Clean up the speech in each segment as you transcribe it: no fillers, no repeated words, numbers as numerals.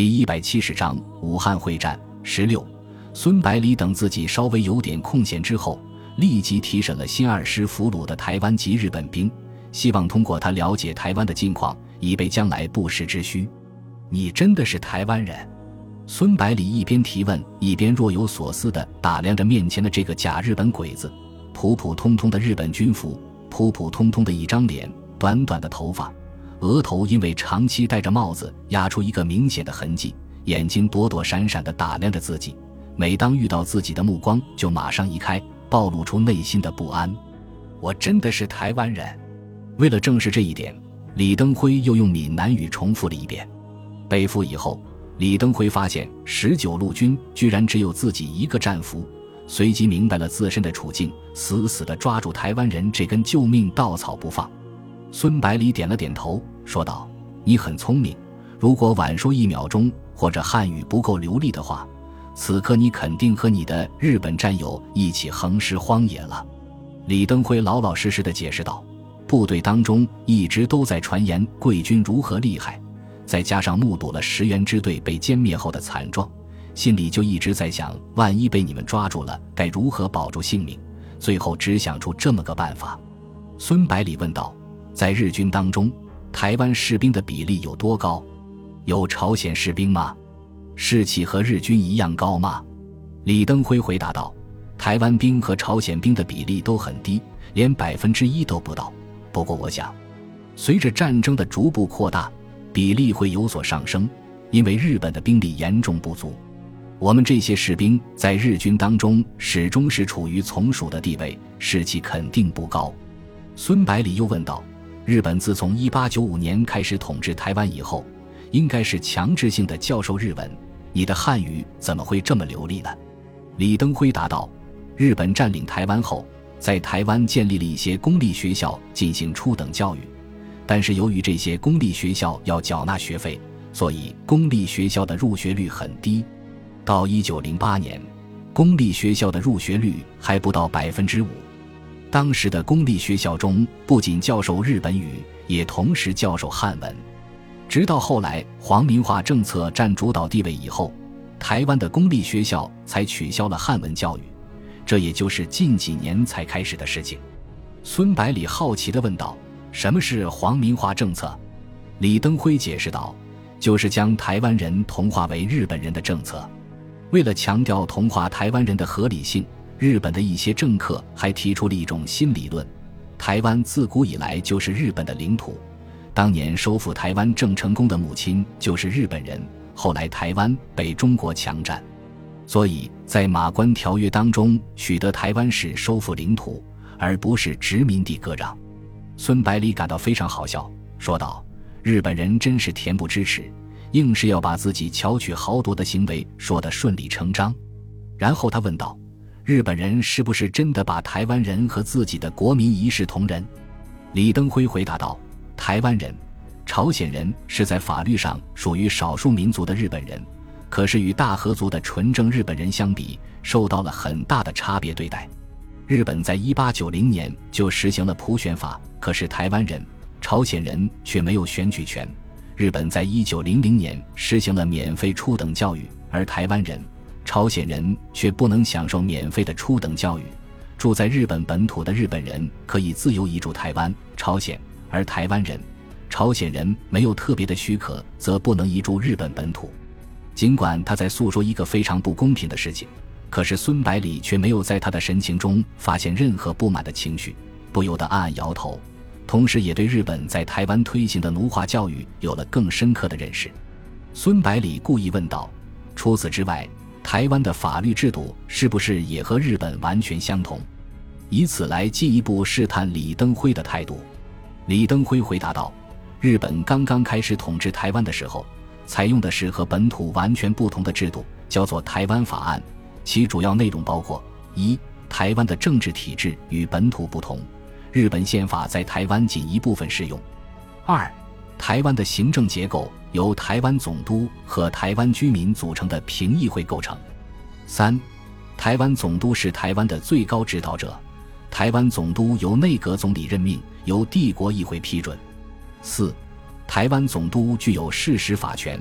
第170章武汉会战。16孙百里等自己稍微有点空闲之后，立即提审了新2师俘虏的台湾籍日本兵，希望通过他了解台湾的境况，以备将来不时之需。你真的是台湾人？孙百里一边提问，一边若有所思地打量着面前的这个假日本鬼子。普普通通的日本军服，普普通通的一张脸，短短的头发，额头因为长期戴着帽子压出一个明显的痕迹，眼睛躲躲闪闪地打量着自己，每当遇到自己的目光就马上移开，暴露出内心的不安。我真的是台湾人。为了证实这一点，李登辉又用闽南语重复了一遍。被俘以后，李登辉发现19路军居然只有自己一个战俘，随即明白了自身的处境，死死地抓住台湾人这根救命稻草不放。孙百里点了点头，说道：你很聪明，如果晚说1秒钟，或者汉语不够流利的话，此刻你肯定和你的日本战友一起横尸荒野了。李登辉老老实实地解释道，部队当中一直都在传言贵军如何厉害，再加上目睹了石原支队被歼灭后的惨状，心里就一直在想，万一被你们抓住了，该如何保住性命，最后只想出这么个办法。孙百里问道，在日军当中，台湾士兵的比例有多高？有朝鲜士兵吗？士气和日军一样高吗？李登辉回答道，台湾兵和朝鲜兵的比例都很低，连1%都不到。不过我想，随着战争的逐步扩大，比例会有所上升，因为日本的兵力严重不足。我们这些士兵在日军当中始终是处于从属的地位，士气肯定不高。孙百里又问道，日本自从1895年开始统治台湾以后，应该是强制性的教授日文，你的汉语怎么会这么流利呢？李登辉答道，日本占领台湾后，在台湾建立了一些公立学校进行初等教育，但是由于这些公立学校要缴纳学费，所以公立学校的入学率很低。到1908年，公立学校的入学率还不到5%。当时的公立学校中不仅教授日本语，也同时教授汉文。直到后来皇民化政策占主导地位以后，台湾的公立学校才取消了汉文教育，这也就是近几年才开始的事情。孙百里好奇地问道，什么是皇民化政策？李登辉解释道，就是将台湾人同化为日本人的政策。为了强调同化台湾人的合理性，日本的一些政客还提出了一种新理论，台湾自古以来就是日本的领土，当年收复台湾郑成功的母亲就是日本人，后来台湾被中国强占，所以在马关条约当中取得台湾是收复领土，而不是殖民地割让。孙百里感到非常好笑，说道，日本人真是恬不知耻，硬是要把自己巧取豪夺的行为说得顺理成章。然后他问道，日本人是不是真的把台湾人和自己的国民一视同仁？李登辉回答道，台湾人、朝鲜人是在法律上属于少数民族的日本人，可是与大和族的纯正日本人相比，受到了很大的差别对待。日本在1890年就实行了普选法，可是台湾人、朝鲜人却没有选举权。日本在1900年实行了免费初等教育，而台湾人、朝鲜人却不能享受免费的初等教育。住在日本本土的日本人可以自由移住台湾、朝鲜，而台湾人、朝鲜人没有特别的许可，则不能移住日本本土。尽管他在诉说一个非常不公平的事情，可是孙百里却没有在他的神情中发现任何不满的情绪，不由得暗暗摇头，同时也对日本在台湾推行的奴化教育有了更深刻的认识。孙百里故意问道，除此之外，台湾的法律制度是不是也和日本完全相同？以此来进一步试探李登辉的态度。李登辉回答道，日本刚刚开始统治台湾的时候，采用的是和本土完全不同的制度，叫做台湾法案，其主要内容包括：一、台湾的政治体制与本土不同，日本宪法在台湾仅一部分适用；二、台湾的行政结构由台湾总督和台湾居民组成的评议会构成；三、台湾总督是台湾的最高指导者，台湾总督由内阁总理任命，由帝国议会批准；四、台湾总督具有事实法权，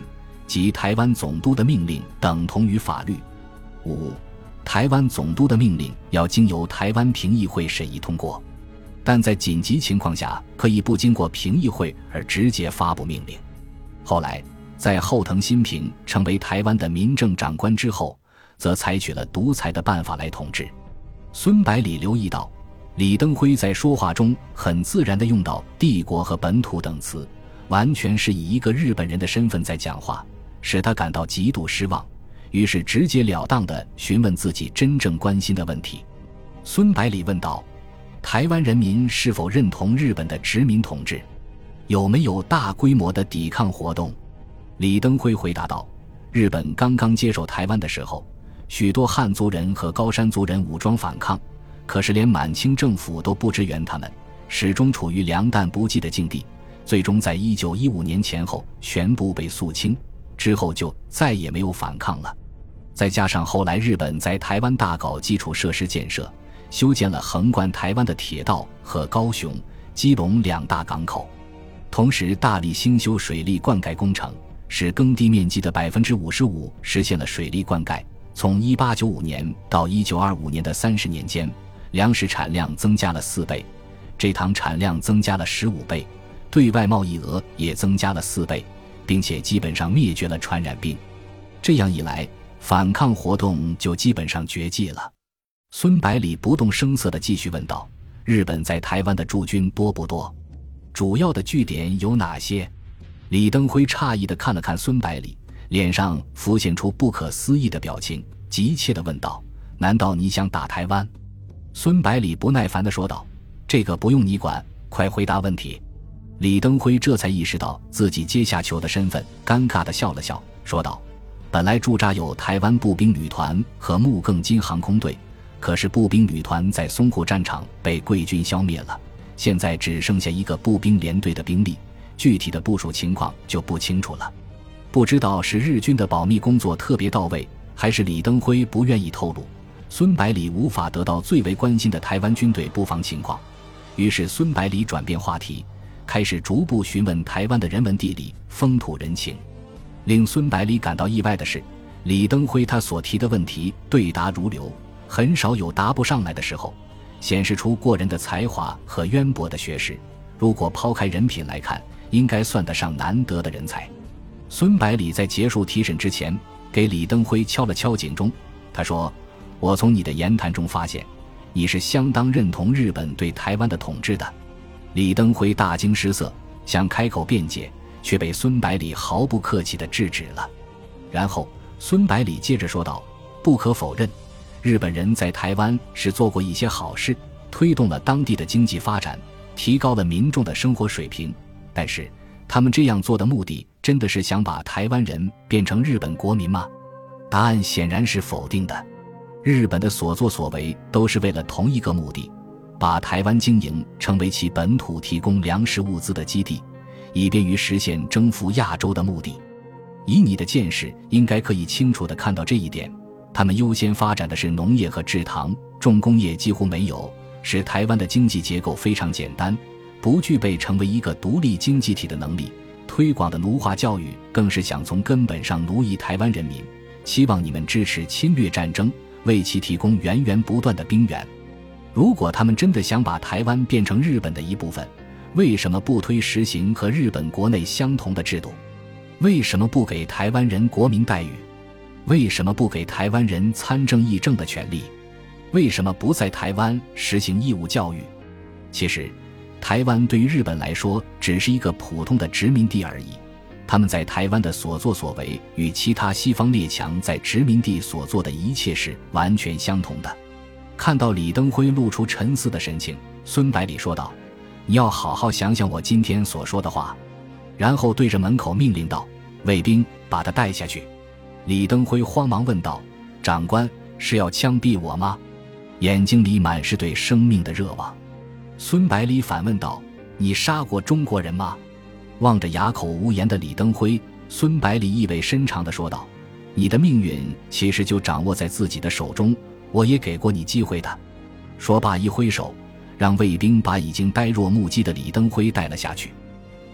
即台湾总督的命令等同于法律。5. 台湾总督的命令要经由台湾评议会审议通过，但在紧急情况下可以不经过评议会而直接发布命令。后来在后藤新平成为台湾的民政长官之后，则采取了独裁的办法来统治。孙百里留意到，李登辉在说话中很自然地用到帝国和本土等词，完全是以一个日本人的身份在讲话，使他感到极度失望，于是直截了当地询问自己真正关心的问题。孙百里问道：台湾人民是否认同日本的殖民统治？有没有大规模的抵抗活动？李登辉回答道：日本刚刚接手台湾的时候，许多汉族人和高山族人武装反抗，可是连满清政府都不支援他们，始终处于粮弹不济的境地，最终在1915年前后全部被肃清，之后就再也没有反抗了。再加上后来日本在台湾大搞基础设施建设，修建了横贯台湾的铁道和高雄、基隆2大港口，同时大力兴修水利灌溉工程，使耕地面积的 55% 实现了水利灌溉。从1895年到1925年的30年间，粮食产量增加了4倍，蔗糖产量增加了15倍，对外贸易额也增加了4倍，并且基本上灭绝了传染病。这样一来，反抗活动就基本上绝迹了。孙百里不动声色地继续问道：日本在台湾的驻军多不多？主要的据点有哪些？李登辉诧异地看了看孙百里，脸上浮现出不可思议的表情，急切地问道：难道你想打台湾？孙百里不耐烦地说道：这个不用你管，快回答问题。李登辉这才意识到自己阶下囚的身份，尴尬地笑了笑，说道：本来驻扎有台湾步兵旅团和木更津航空队，可是步兵旅团在淞沪战场被贵军消灭了，现在只剩下一个步兵连队的兵力，具体的部署情况就不清楚了。不知道是日军的保密工作特别到位，还是李登辉不愿意透露，孙百里无法得到最为关心的台湾军队布防情况。于是孙百里转变话题，开始逐步询问台湾的人文地理、风土人情。令孙百里感到意外的是，李登辉他所提的问题对答如流，很少有答不上来的时候，显示出过人的才华和渊博的学识，如果抛开人品来看，应该算得上难得的人才。孙百里在结束提审之前，给李登辉敲了敲警钟，他说：我从你的言谈中发现，你是相当认同日本对台湾的统治的。李登辉大惊失色，想开口辩解，却被孙百里毫不客气地制止了。然后孙百里接着说道：不可否认，日本人在台湾是做过一些好事，推动了当地的经济发展，提高了民众的生活水平，但是他们这样做的目的真的是想把台湾人变成日本国民吗？答案显然是否定的。日本的所作所为都是为了同一个目的，把台湾经营成为其本土提供粮食物资的基地，以便于实现征服亚洲的目的。以你的见识，应该可以清楚地看到这一点，他们优先发展的是农业和制糖，重工业几乎没有，使台湾的经济结构非常简单，不具备成为一个独立经济体的能力。推广的奴化教育更是想从根本上奴役台湾人民，期望你们支持侵略战争，为其提供源源不断的兵源。如果他们真的想把台湾变成日本的一部分，为什么不实行和日本国内相同的制度？为什么不给台湾人国民待遇？为什么不给台湾人参政议政的权利？为什么不在台湾实行义务教育？其实台湾对于日本来说只是一个普通的殖民地而已，他们在台湾的所作所为与其他西方列强在殖民地所做的一切是完全相同的。看到李登辉露出沉思的神情，孙百里说道：你要好好想想我今天所说的话。然后对着门口命令道：卫兵，把他带下去。李登辉慌忙问道：长官，是要枪毙我吗？眼睛里满是对生命的热望。孙百里反问道：你杀过中国人吗？望着哑口无言的李登辉，孙百里意味深长地说道：你的命运其实就掌握在自己的手中，我也给过你机会的。说罢一挥手，让卫兵把已经呆若木鸡的李登辉带了下去。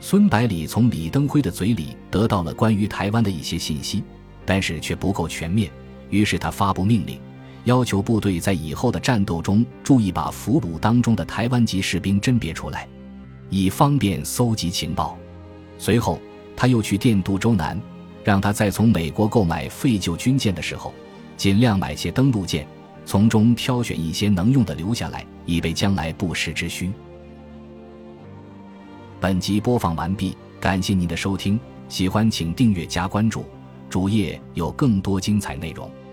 孙百里从李登辉的嘴里得到了关于台湾的一些信息，但是却不够全面，于是他发布命令，要求部队在以后的战斗中注意把俘虏当中的台湾籍士兵甄别出来，以方便搜集情报。随后他又去电督周南，让他在从美国购买废旧军舰的时候，尽量买些登陆舰，从中挑选一些能用的留下来，以备将来不时之需。本集播放完毕，感谢您的收听，喜欢请订阅加关注，主页有更多精彩内容。